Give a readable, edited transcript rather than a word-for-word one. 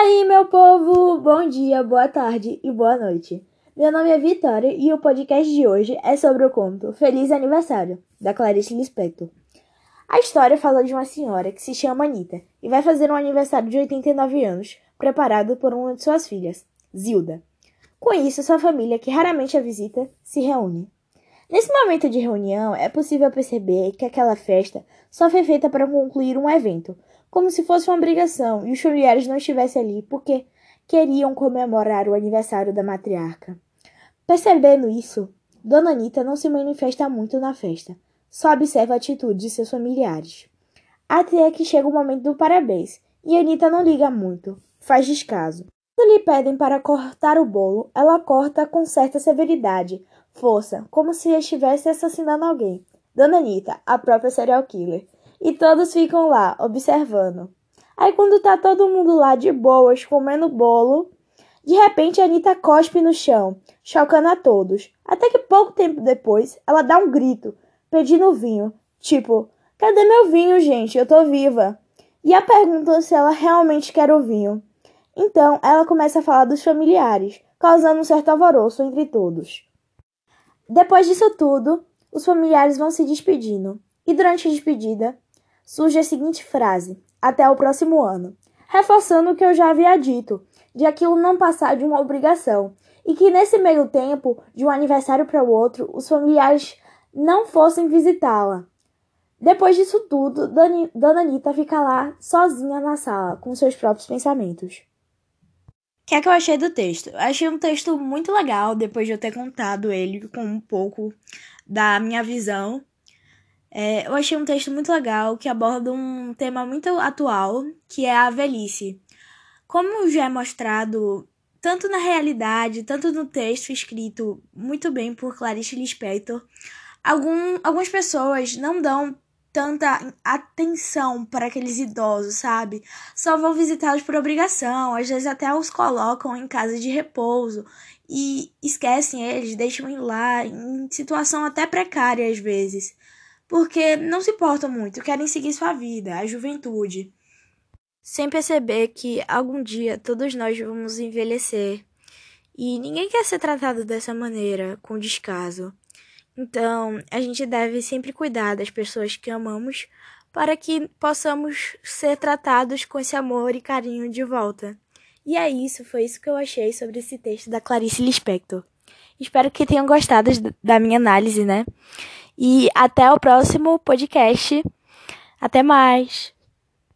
aí, meu povo! Bom dia, boa tarde e boa noite. Meu nome é Vitória e o podcast de hoje é sobre o conto Feliz Aniversário, da Clarice Lispector. A história fala de uma senhora que se chama Anita e vai fazer um aniversário de 89 anos, preparado por uma de suas filhas, Zilda. Com isso, sua família, que raramente a visita, se reúne. Nesse momento de reunião, é possível perceber que aquela festa só foi feita para concluir um evento, como se fosse uma obrigação, e os familiares não estivessem ali porque queriam comemorar o aniversário da matriarca. Percebendo isso, Dona Anita não se manifesta muito na festa, só observa a atitude de seus familiares. Até que chega o momento do parabéns, e Anita não liga muito, faz descaso. Quando lhe pedem para cortar o bolo, ela corta com certa severidade, força, como se estivesse assassinando alguém. Dona Anita, a própria serial killer. E todos ficam lá, observando. Aí quando tá todo mundo lá de boas, comendo bolo, de repente a Anita cospe no chão, chocando a todos. Até que pouco tempo depois, ela dá um grito, pedindo vinho. Tipo, cadê meu vinho, gente? Eu tô viva. E a pergunta se ela realmente quer o vinho. Então, ela começa a falar dos familiares, causando um certo alvoroço entre todos. Depois disso tudo, os familiares vão se despedindo. E durante a despedida, surge a seguinte frase: até o próximo ano, reforçando o que eu já havia dito, de aquilo não passar de uma obrigação, e que nesse meio tempo, de um aniversário para o outro, os familiares não fossem visitá-la. Depois disso tudo, Dona Anita fica lá, sozinha na sala, com seus próprios pensamentos. O que é que eu achei do texto? Eu achei um texto muito legal, depois de eu ter contado ele com um pouco da minha visão. Eu achei um texto muito legal, que aborda um tema muito atual, que é a velhice. Como já é mostrado, tanto na realidade, tanto no texto escrito muito bem por Clarice Lispector, algumas pessoas não dão tanta atenção para aqueles idosos, sabe? Só vão visitá-los por obrigação, às vezes até os colocam em casa de repouso e esquecem eles, deixam ir lá em situação até precária às vezes, porque não se importam muito, querem seguir sua vida, a juventude, sem perceber que algum dia todos nós vamos envelhecer e ninguém quer ser tratado dessa maneira, com descaso. Então, a gente deve sempre cuidar das pessoas que amamos para que possamos ser tratados com esse amor e carinho de volta. E é isso, foi isso que eu achei sobre esse texto da Clarice Lispector. Espero que tenham gostado da minha análise, né? E até o próximo podcast. Até mais!